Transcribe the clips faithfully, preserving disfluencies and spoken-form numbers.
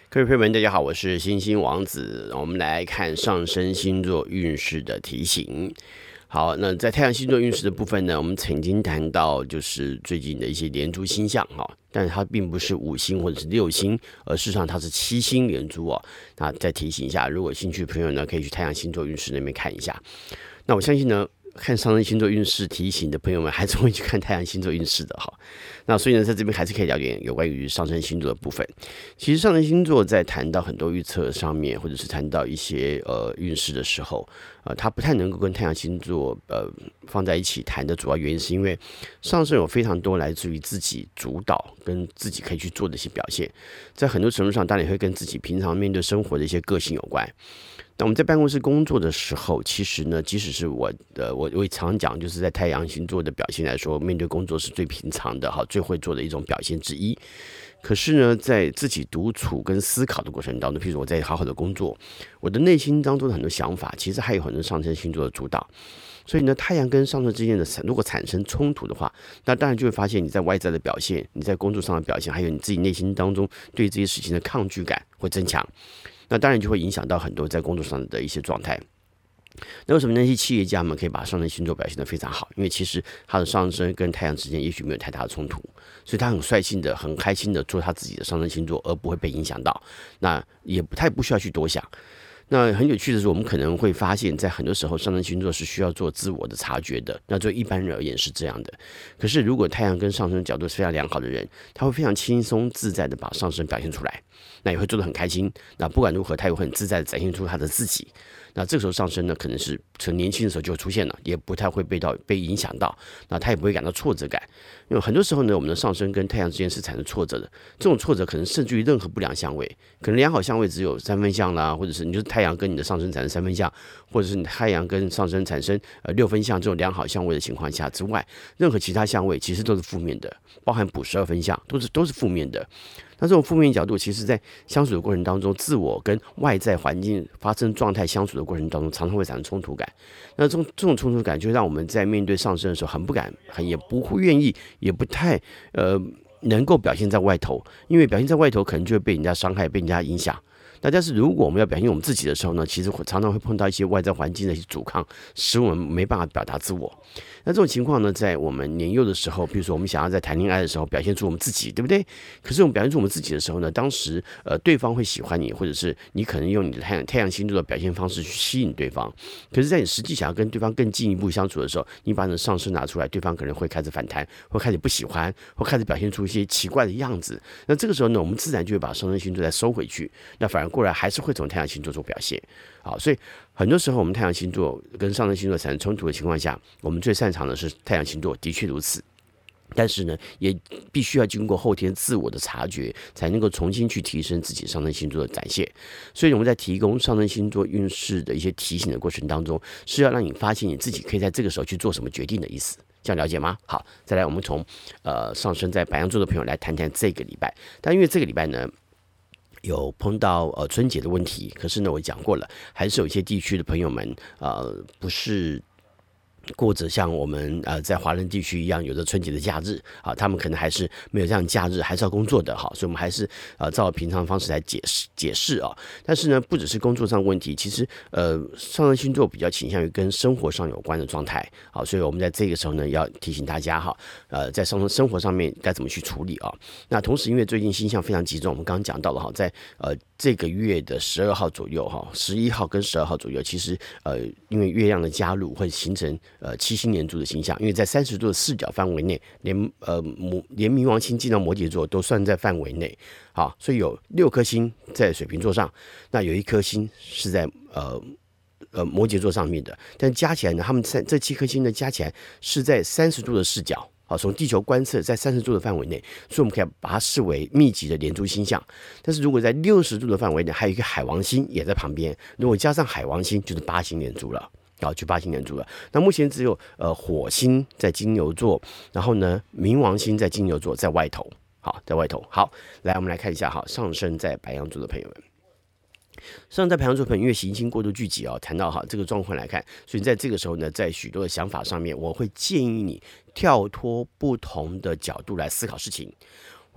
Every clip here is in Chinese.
各位朋友们，大家好，我是星星王子。我们来看上升星座运势的题型。好，那在太阳星座运势的部分呢，我们曾经谈到就是最近的一些连珠星象哈，但是它并不是五星或者是六星，而事实上它是七星连珠哦。那再提醒一下，如果有兴趣的朋友呢，可以去太阳星座运势那边看一下。那我相信呢，看上升星座运势题型的朋友们，还是会去看太阳星座运势的哈。那所以呢，在这边还是可以了解有关于上升星座的部分。其实上升星座在谈到很多预测上面，或者是谈到一些呃运势的时候，呃，它不太能够跟太阳星座呃放在一起谈的主要原因，是因为上升有非常多来自于自己主导跟自己可以去做的一些表现，在很多程度上，当然也会跟自己平常面对生活的一些个性有关。那我们在办公室工作的时候，其实呢，即使是我呃，我我常讲，就是在太阳星座的表现来说，面对工作是最平常的，哈，最会做的一种表现之一。可是呢，在自己独处跟思考的过程当中，譬如我在好好的工作，我的内心当中的很多想法，其实还有很多上升星座的主导。所以呢，太阳跟上升之间的如果产生冲突的话，那当然就会发现你在外在的表现，你在工作上的表现，还有你自己内心当中对这些事情的抗拒感会增强。那当然就会影响到很多在工作上的一些状态。那为什么那些企业家们可以把上升星座表现得非常好？因为其实他的上升跟太阳之间也许没有太大的冲突，所以他很率性的、很开心的做他自己的上升星座，而不会被影响到。那也不太不需要去多想。那很有趣的是，我们可能会发现，在很多时候，上升星座是需要做自我的察觉的。那对一般人而言是这样的。可是，如果太阳跟上升角度是非常良好的人，他会非常轻松自在的把上升表现出来，那也会做得很开心。那不管如何，他也会很自在的展现出他的自己。那这个时候上升呢，可能是从年轻的时候就出现了，也不太会被到被影响到。那他也不会感到挫折感，因为很多时候呢，我们的上升跟太阳之间是产生挫折的。这种挫折可能甚至于任何不良相位，可能良好相位只有三分相啦，或者是你就是太阳跟你的上升产生三分相，或者是你太阳跟上升产生呃六分相这种良好相位的情况下之外，任何其他相位其实都是负面的，包含补十二分相都是都是负面的。那这种负面角度，其实在相处的过程当中，自我跟外在环境发生状态相处的过程当中，常常会产生冲突感。那这种这种冲突感，就让我们在面对上升的时候，很不敢，很也不会愿意，也不太呃能够表现在外头，因为表现在外头可能就会被人家伤害，被人家影响。那但是如果我们要表现我们自己的时候呢，其实常常会碰到一些外在环境的一些阻抗，使我们没办法表达自我。那这种情况呢，在我们年幼的时候，比如说我们想要在谈恋爱的时候表现出我们自己，对不对？可是我们表现出我们自己的时候呢，当时呃对方会喜欢你，或者是你可能用你的太阳太阳星座的表现方式去吸引对方。可是，在你实际想要跟对方更进一步相处的时候，你把你的上升拿出来，对方可能会开始反弹，会开始不喜欢，会开始表现出一些奇怪的样子。那这个时候呢，我们自然就会把上升星座再收回去。那反而过来还是会从太阳星座做表现。好，所以很多时候我们太阳星座跟上升星座产生冲突的情况下，我们最擅长的是太阳星座，的确如此。但是呢，也必须要经过后天自我的察觉，才能够重新去提升自己上升星座的展现。所以我们在提供上升星座运势的一些提醒的过程当中，是要让你发现你自己可以在这个时候去做什么决定的意思。这样了解吗？好，再来我们从呃上升在白羊座的朋友来谈谈这个礼拜。但因为这个礼拜呢，有碰到呃春节的问题，可是呢，我讲过了，还是有一些地区的朋友们，呃，不是过着像我们呃在华人地区一样有着春节的假日啊，他们可能还是没有这样的假日，还是要工作的哈，所以我们还是呃照平常的方式来解释解释啊。但是呢，不只是工作上问题，其实呃上升星座比较倾向于跟生活上有关的状态啊，所以我们在这个时候呢，要提醒大家哈，呃，在生生活上面该怎么去处理啊。那同时，因为最近星象非常集中，我们刚刚讲到了哈，在呃这个月的十二号左右哈，十一号跟十二号左右，其实呃因为月亮的加入会形成呃七星连珠的形象，因为在三十度的视角范围内，连呃摩连冥王星进到摩羯座都算在范围内。好，所以有六颗星在水瓶座上，那有一颗星是在呃。呃，摩羯座上面的，但加起来呢，他们这七颗星呢，加起来是在三十度的视角，好，从地球观测在三十度的范围内，所以我们可以把它视为密集的连珠星象。但是如果在六十度的范围内，还有一个海王星也在旁边，如果加上海王星，就是八星连珠了。好，就八星连珠了。那目前只有呃火星在金牛座，然后呢，冥王星在金牛座在外头。好，在外头。好，来我们来看一下哈，上升在白羊座的朋友们。上升在白羊座的朋友，因为行星过度聚集啊、哦，谈到哈这个状况来看，所以在这个时候呢，在许多的想法上面，我会建议你跳脱不同的角度来思考事情。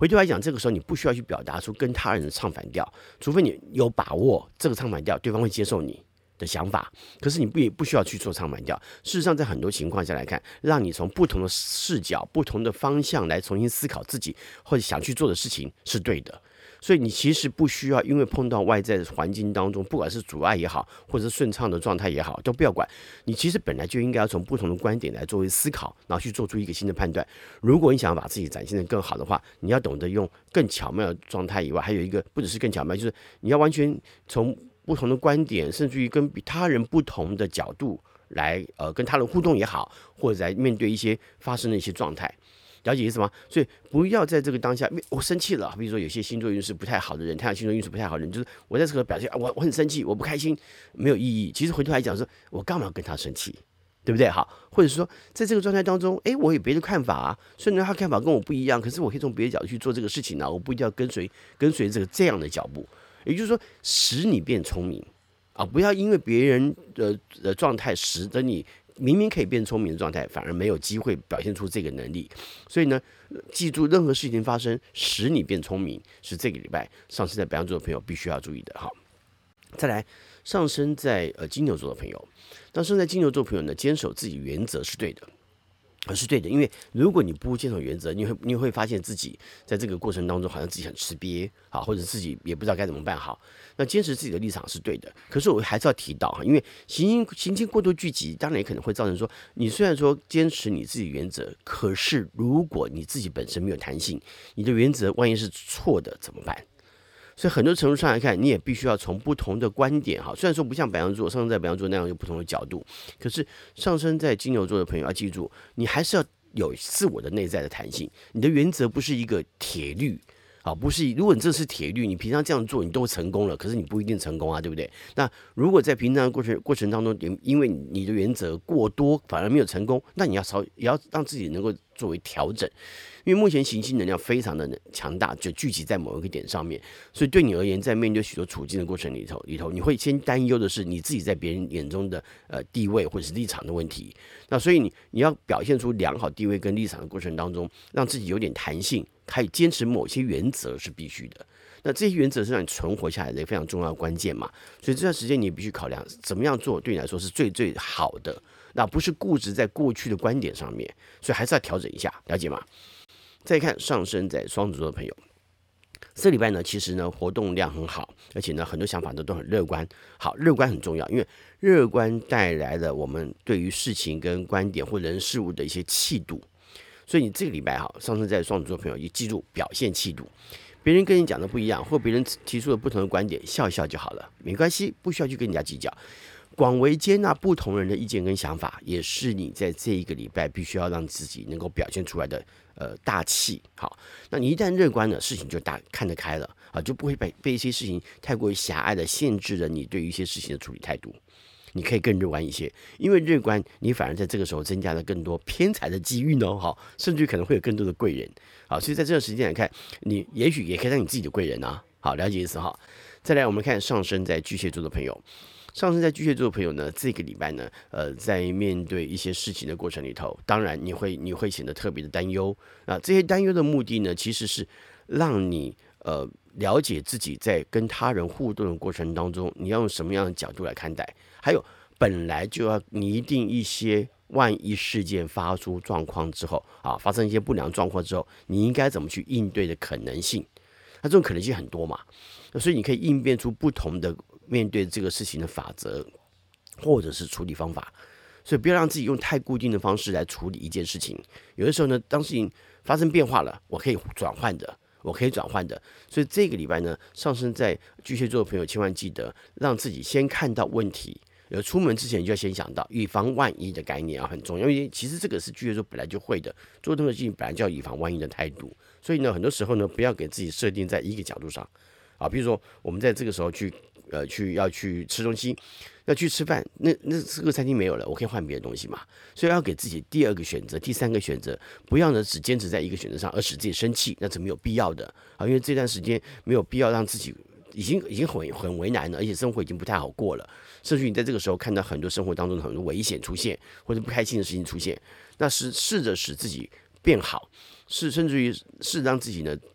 回头来讲，这个时候你不需要去表达出跟他人的唱反调，除非你有把握这个唱反调对方会接受你的想法，可是你不也不需要去做唱反调。事实上，在很多情况下来看，让你从不同的视角、不同的方向来重新思考自己或者想去做的事情是对的。所以你其实不需要因为碰到外在的环境当中，不管是阻碍也好，或者是顺畅的状态也好，都不要管。你其实本来就应该要从不同的观点来作为思考，然后去做出一个新的判断。如果你想要把自己展现得更好的话，你要懂得用更巧妙的状态以外，还有一个不只是更巧妙，就是你要完全从不同的观点，甚至于跟比他人不同的角度来呃跟他人互动也好，或者来面对一些发生的一些状态。了解意思吗？所以不要在这个当下，我生气了。比如说有些星座运势不太好的人，太阳星座运势不太好的人，就是我在这个表现，我我很生气，我不开心，没有意义。其实回头来讲说，我干嘛要跟他生气，对不对？好，或者说在这个状态当中，哎，我有别的看法啊，虽然他看法跟我不一样，可是我可以从别的角度去做这个事情呢、啊，我不一定要跟随跟随这个这样的脚步。也就是说，使你变聪明啊，不要因为别人的的状态使得你。明明可以变聪明的状态，反而没有机会表现出这个能力。所以呢，记住任何事情发生使你变聪明，是这个礼拜上升在白羊座的朋友必须要注意的。好，再来上升在呃金牛座的朋友，上升在金牛座的朋友呢，坚守自己原则是对的。而是对的，因为如果你不坚守原则，你会你会发现自己在这个过程当中好像自己很吃瘪，好，或者自己也不知道该怎么办好。那坚持自己的立场是对的，可是我还是要提到哈，因为行星行星过度聚集，当然也可能会造成说，你虽然说坚持你自己原则，可是如果你自己本身没有弹性，你的原则万一是错的怎么办？所以很多程度上来看，你也必须要从不同的观点哈，虽然说不像白羊座上升在白羊座那样有不同的角度，可是上升在金牛座的朋友要记住，你还是要有自我的内在的弹性。你的原则不是一个铁律啊，不是。如果你这是铁律，你平常这样做你都成功了，可是你不一定成功啊，对不对？那如果在平常的过程过程当中，因为你的原则过多，反而没有成功，那你要稍也要让自己能够作为调整。因为目前行星能量非常的强大，就聚集在某一个点上面，所以对你而言，在面对许多处境的过程里头，里头你会先担忧的是你自己在别人眼中的呃地位或者是立场的问题。那所以你你要表现出良好地位跟立场的过程当中，让自己有点弹性，可以坚持某些原则是必须的。那这些原则是让你存活下来的非常重要的关键嘛。所以这段时间你也必须考量怎么样做对你来说是最最好的，那不是固执在过去的观点上面，所以还是要调整一下，了解吗？再看上升在双子座的朋友，这礼拜呢，其实呢活动量很好，而且呢很多想法都都很乐观。好，乐观很重要，因为乐观带来了我们对于事情跟观点或人事物的一些气度。所以你这个礼拜哈，上升在双子座的朋友，也记住表现气度。别人跟你讲的不一样，或别人提出了不同的观点，笑一笑就好了，没关系，不需要去跟人家计较。广为接纳不同人的意见跟想法，也是你在这一个礼拜必须要让自己能够表现出来的呃大气。好，那你一旦乐观了，事情就大看得开了啊，就不会被被一些事情太过于狭隘的限制了你对于一些事情的处理态度。你可以更乐观一些，因为乐观，你反而在这个时候增加了更多偏财的机遇呢，好，甚至可能会有更多的贵人，好，所以在这段时间来看，你也许也可以当你自己的贵人啊，好，了解意思哈。再来，我们看上升在巨蟹座的朋友。上升在巨蟹座的朋友呢，这个礼拜呢，呃，在面对一些事情的过程里头，当然你会你会显得特别的担忧啊。这些担忧的目的呢，其实是让你呃了解自己在跟他人互动的过程当中，你要用什么样的角度来看待，还有本来就要拟定一些万一事件发出状况之后啊，发生一些不良状况之后，你应该怎么去应对的可能性。那这种可能性很多嘛，所以你可以应变出不同的面对这个事情的法则，或者是处理方法。所以不要让自己用太固定的方式来处理一件事情。有的时候呢，当事情发生变化了，我可以转换的，我可以转换的。所以这个礼拜呢，上升在巨蟹座的朋友，千万记得让自己先看到问题。有出门之前就要先想到以防万一的概念啊，很重要。因为其实这个是巨蟹座本来就会的，做任何事情本来就要以防万一的态度。所以呢，很多时候呢，不要给自己设定在一个角度上啊。比如说，我们在这个时候去呃去要去吃东西，要去吃饭，那那这个餐厅没有了，我可以换别的东西嘛。所以要给自己第二个选择、第三个选择，不要呢只坚持在一个选择上，而使自己生气，那是没有必要的啊。因为这段时间没有必要让自己。已经已经很很为难了，而且生活已经不太好过了。甚至你在这个时候看到很多生活当中的很多危险出现，或者不开心的事情出现，那是试着使自己变好，是甚至于是让自己呢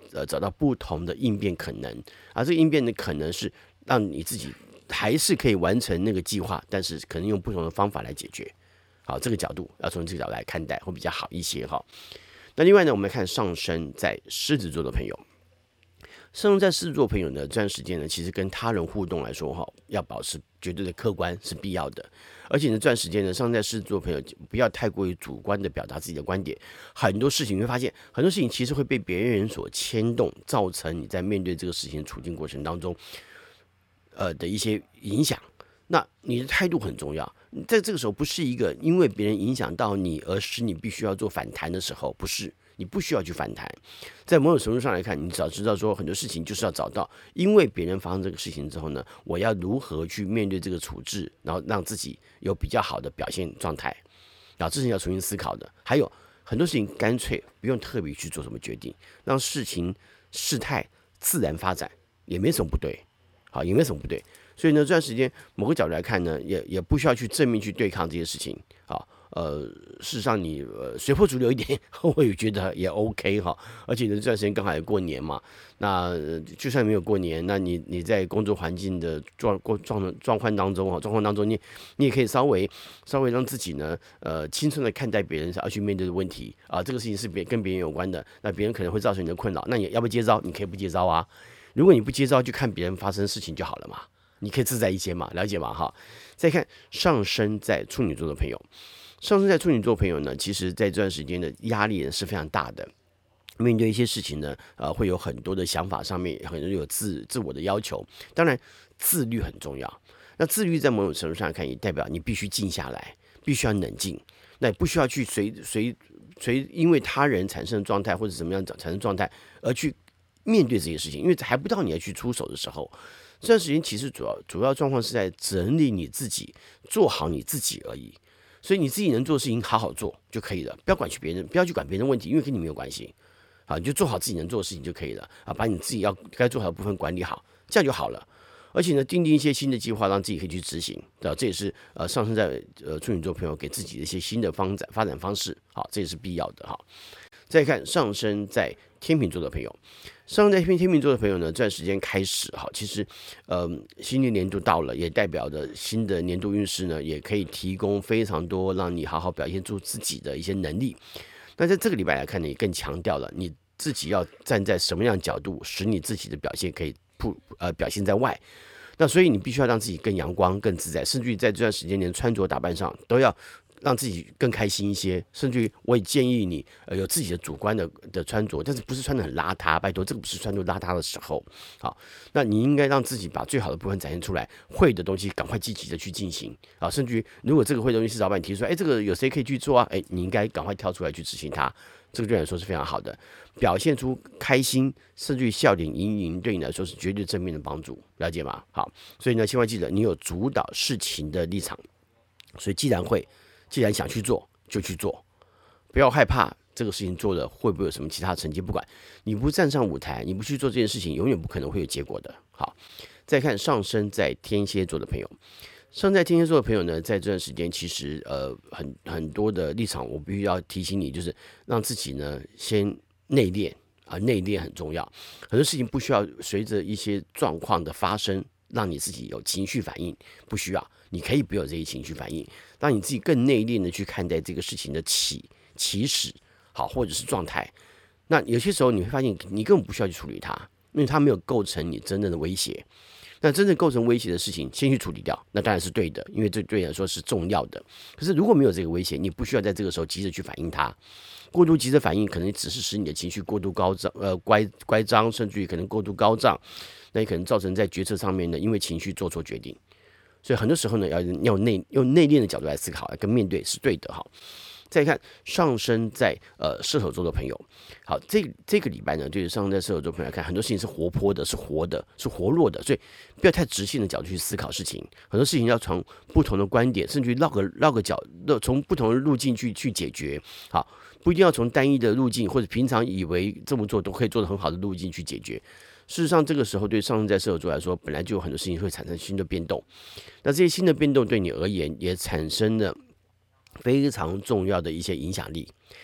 呃找到不同的应变可能，而这个应变的可能是让你自己还是可以完成那个计划，但是可能用不同的方法来解决。好，这个角度要从这个角度来看待会比较好一些哈。那另外呢，我们看上升在狮子座的朋友。上升在狮子座朋友呢，这段时间呢，其实跟他人互动来说哈，要保持绝对的客观是必要的。而且呢，这段时间呢，上升在狮子座朋友不要太过于主观的表达自己的观点。很多事情你会发现，很多事情其实会被别人所牵动，造成你在面对这个事情处境过程当中，呃的一些影响。那你的态度很重要，在这个时候不是一个因为别人影响到你而使你必须要做反弹的时候，不是。你不需要去反弹，在某种程度上来看，你只要知道说很多事情就是要找到，因为别人发生这个事情之后呢，我要如何去面对这个处置，然后让自己有比较好的表现状态，然后这是要重新思考的。还有很多事情干脆不用特别去做什么决定，让事情事态自然发展，也没什么不对，好，也没什么不对。所以呢，这段时间某个角度来看呢，也也不需要去正面去对抗这些事情，好。呃，事实上你呃随波逐流一点，我也觉得也 OK 哈。而且呢，这段时间刚好也过年嘛，那、呃、就算没有过年，那你你在工作环境的状状状况当中哈，状况当中，你你也可以稍微稍微让自己呢，呃，轻松的看待别人要去面对的问题啊，这个事情是别跟别人有关的，那别人可能会造成你的困扰，那你要不接招？你可以不接招啊。如果你不接招，就看别人发生事情就好了嘛，你可以自在一些嘛，了解嘛哈。再看上升在处女座的朋友。上升在处女座朋友呢，其实在这段时间的压力是非常大的。面对一些事情呢，呃，会有很多的想法上面，很多有自自我的要求。当然，自律很重要。那自律在某种程度上看，也代表你必须静下来，必须要冷静。那也不需要去随随随因为他人产生的状态或者怎么样产生状态而去面对这些事情，因为还不到你要去出手的时候。这段时间其实主要主要状况是在整理你自己，做好你自己而已。所以你自己能做的事情好好做就可以了，不要管去别人，不要去管别人的问题，因为跟你没有关系。好，你就做好自己能做的事情就可以了啊，把你自己要该做好的部分管理好，这样就好了。而且呢，订定一些新的计划，让自己可以去执行，对吧？这也是呃上升在呃处女座朋友给自己的一些新的发展发展方式，好，这也是必要的哈。再看上升在天秤座的朋友，上升在天秤座的朋友呢，这段时间开始哈，其实呃新的年度到了，也代表着新的年度运势呢，也可以提供非常多让你好好表现出自己的一些能力。那在这个礼拜来看呢，也更强调了你自己要站在什么样的角度，使你自己的表现可以铺呃表现在外。那所以你必须要让自己更阳光、更自在，甚至于在这段时间连穿着打扮上都要让自己更开心一些。甚至于我也建议你呃有自己的主观的的穿着，但是不是穿得很邋遢，拜托，这个不是穿着邋遢的时候。好，那你应该让自己把最好的部分展现出来，会的东西赶快积极的去进行啊。甚至于如果这个会的东西是老板提出来，哎，这个有谁可以去做啊？哎，你应该赶快跳出来去执行它。这个对你来说是非常好的，表现出开心，甚至于笑脸盈盈，对你来说是绝对正面的帮助，了解吗？好，所以呢，千万记得你有主导事情的立场，所以既然会，既然想去做，就去做，不要害怕这个事情做了会不会有什么其他成绩，不管你不站上舞台，你不去做这件事情，永远不可能会有结果的。好，再看上升在天蝎座的朋友。上在天蝎座的朋友呢，在这段时间其实呃很很多的立场，我必须要提醒你，就是让自己呢先内敛啊，内敛很重要。很多事情不需要随着一些状况的发生，让你自己有情绪反应，不需要，你可以不有这些情绪反应，让你自己更内敛的去看待这个事情的起起始，好或者是状态。那有些时候你会发现，你根本不需要去处理它，因为它没有构成你真正的威胁。那真正构成威胁的事情，先去处理掉，那当然是对的，因为这对你来说是重要的。可是如果没有这个威胁，你不需要在这个时候急着去反应它。过度急着反应，可能只是使你的情绪过度高涨，呃，乖乖张，甚至于可能过度高涨，那也可能造成在决策上面呢，因为情绪做错决定。所以很多时候呢，要要内用内敛的角度来思考，跟面对是对的哈。再看上升在呃射手座的朋友，好，这这个礼拜呢，对于上升在射手座朋友来看，很多事情是活泼的，是活的，是活络的，所以不要太直线的角度去思考事情，很多事情要从不同的观点，甚至于绕个绕个角，从不同的路径去去解决，好，不一定要从单一的路径或者平常以为这么做都可以做得很好的路径去解决。事实上，这个时候对上升在射手座来说，本来就有很多事情会产生新的变动，那这些新的变动对你而言也产生了非常重要的一些影响力。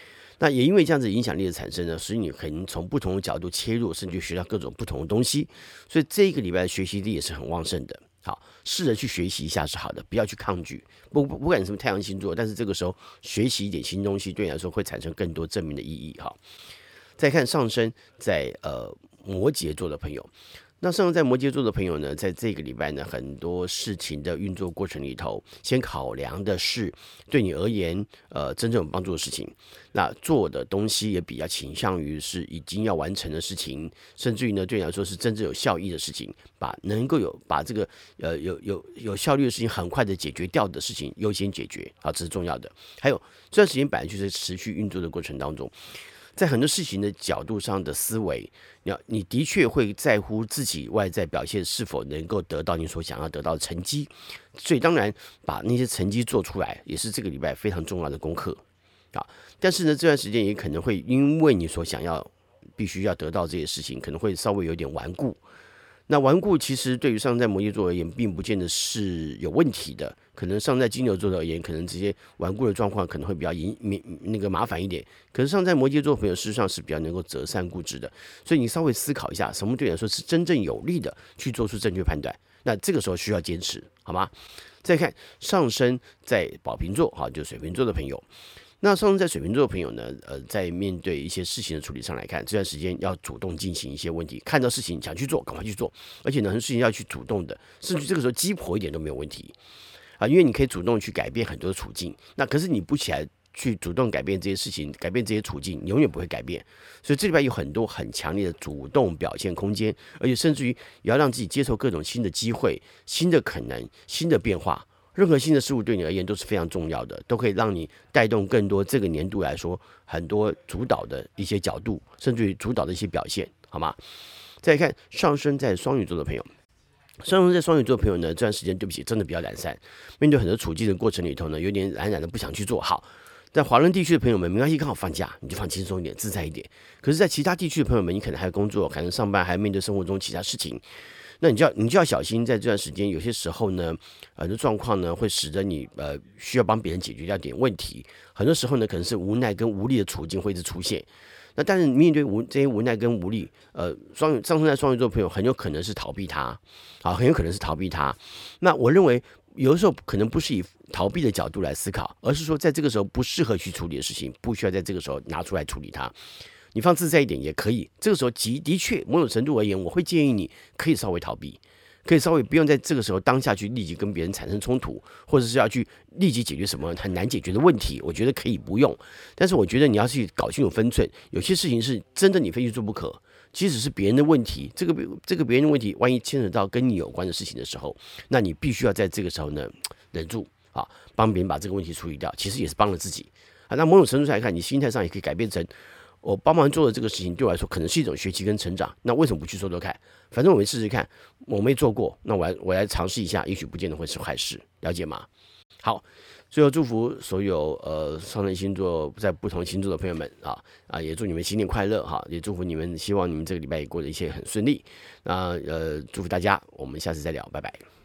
那也因为这样子影响力的产生呢，所以你可能从不同的角度切入，甚至学到各种不同的东西。所以这一个礼拜的学习力也是很旺盛的。好，试着去学习一下是好的，不要去抗拒。不不不管你什么太阳星座，但是这个时候学习一点新东西，对你来说会产生更多正面的意义。哈，再看上升在呃摩羯座的朋友。那上升在摩羯座的朋友呢，在这个礼拜呢，很多事情的运作过程里头，先考量的是对你而言，呃，真正有帮助的事情。那做的东西也比较倾向于是已经要完成的事情，甚至于呢，对你来说是真正有效益的事情，把能够有把这个呃有有有效率的事情很快的解决掉的事情优先解决啊，这是重要的。还有这段时间本来就是持续运作的过程当中。在很多事情的角度上的思维，你你的确会在乎自己外在表现是否能够得到你所想要得到的成绩，所以当然把那些成绩做出来，也是这个礼拜非常重要的功课啊。但是呢，这段时间也可能会因为你所想要必须要得到这些事情，可能会稍微有点顽固。那顽固其实对于上升在摩羯座而言，并不见得是有问题的。可能上升在金牛座而言，可能这些顽固的状况可能会比较引那个麻烦一点。可是上升在摩羯座的朋友，事实上是比较能够择善固执的。所以你稍微思考一下，什么对你来说是真正有利的，去做出正确判断。那这个时候需要坚持，好吗？再看上升在宝瓶座，哈，就水瓶座的朋友。那上升在水瓶座的朋友呢，呃，在面对一些事情的处理上来看，这段时间要主动进行一些问题，看到事情想去做，赶快去做，而且呢，很多事情要去主动的，甚至这个时候鸡婆一点都没有问题啊，因为你可以主动去改变很多的处境。那可是你不起来去主动改变这些事情，改变这些处境，你永远不会改变。所以这里边有很多很强烈的主动表现空间，而且甚至于也要让自己接受各种新的机会、新的可能、新的变化。任何新的事物对你而言都是非常重要的，都可以让你带动更多这个年度来说很多主导的一些角度，甚至于主导的一些表现，好吗？再来看上升在双鱼座的朋友，上升在双鱼座的朋友呢，这段时间对不起，真的比较懒散，面对很多处境的过程里头呢，有点懒懒的不想去做好。在华人地区的朋友们，没关系，刚好放假，你就放轻松一点，自在一点。可是，在其他地区的朋友们，你可能还有工作，可能上班，还要面对生活中其他事情。那你就要你就要小心，在这段时间，有些时候呢，很多状况呢，会使得你呃需要帮别人解决掉点问题。很多时候呢，可能是无奈跟无力的处境会一直出现。那但是面对无这些无奈跟无力，呃，双上升在双鱼座的朋友很有可能是逃避它，啊，很有可能是逃避它。那我认为有的时候可能不是以逃避的角度来思考，而是说在这个时候不适合去处理的事情，不需要在这个时候拿出来处理它。你放自在一点也可以，这个时候的的确某种程度而言，我会建议你可以稍微逃避，可以稍微不用在这个时候当下去立即跟别人产生冲突，或者是要去立即解决什么很难解决的问题，我觉得可以不用。但是我觉得你要去搞清楚分寸，有些事情是真的你非去做不可，即使是别人的问题，这个这个别人的问题，万一牵扯到跟你有关的事情的时候，那你必须要在这个时候呢忍住啊，帮别人把这个问题处理掉，其实也是帮了自己啊。那某种程度上来看，你心态上也可以改变成。我帮忙做的这个事情对我来说可能是一种学习跟成长，那为什么不去做做看？反正我没试试看，我没做过，那我来我来尝试一下，也许不见得会是坏事，了解吗？好，最后祝福所有呃上升星座在不同星座的朋友们啊啊，也祝你们新年快乐哈，也祝福你们，希望你们这个礼拜也过得一切很顺利。那呃祝福大家，我们下次再聊，拜拜。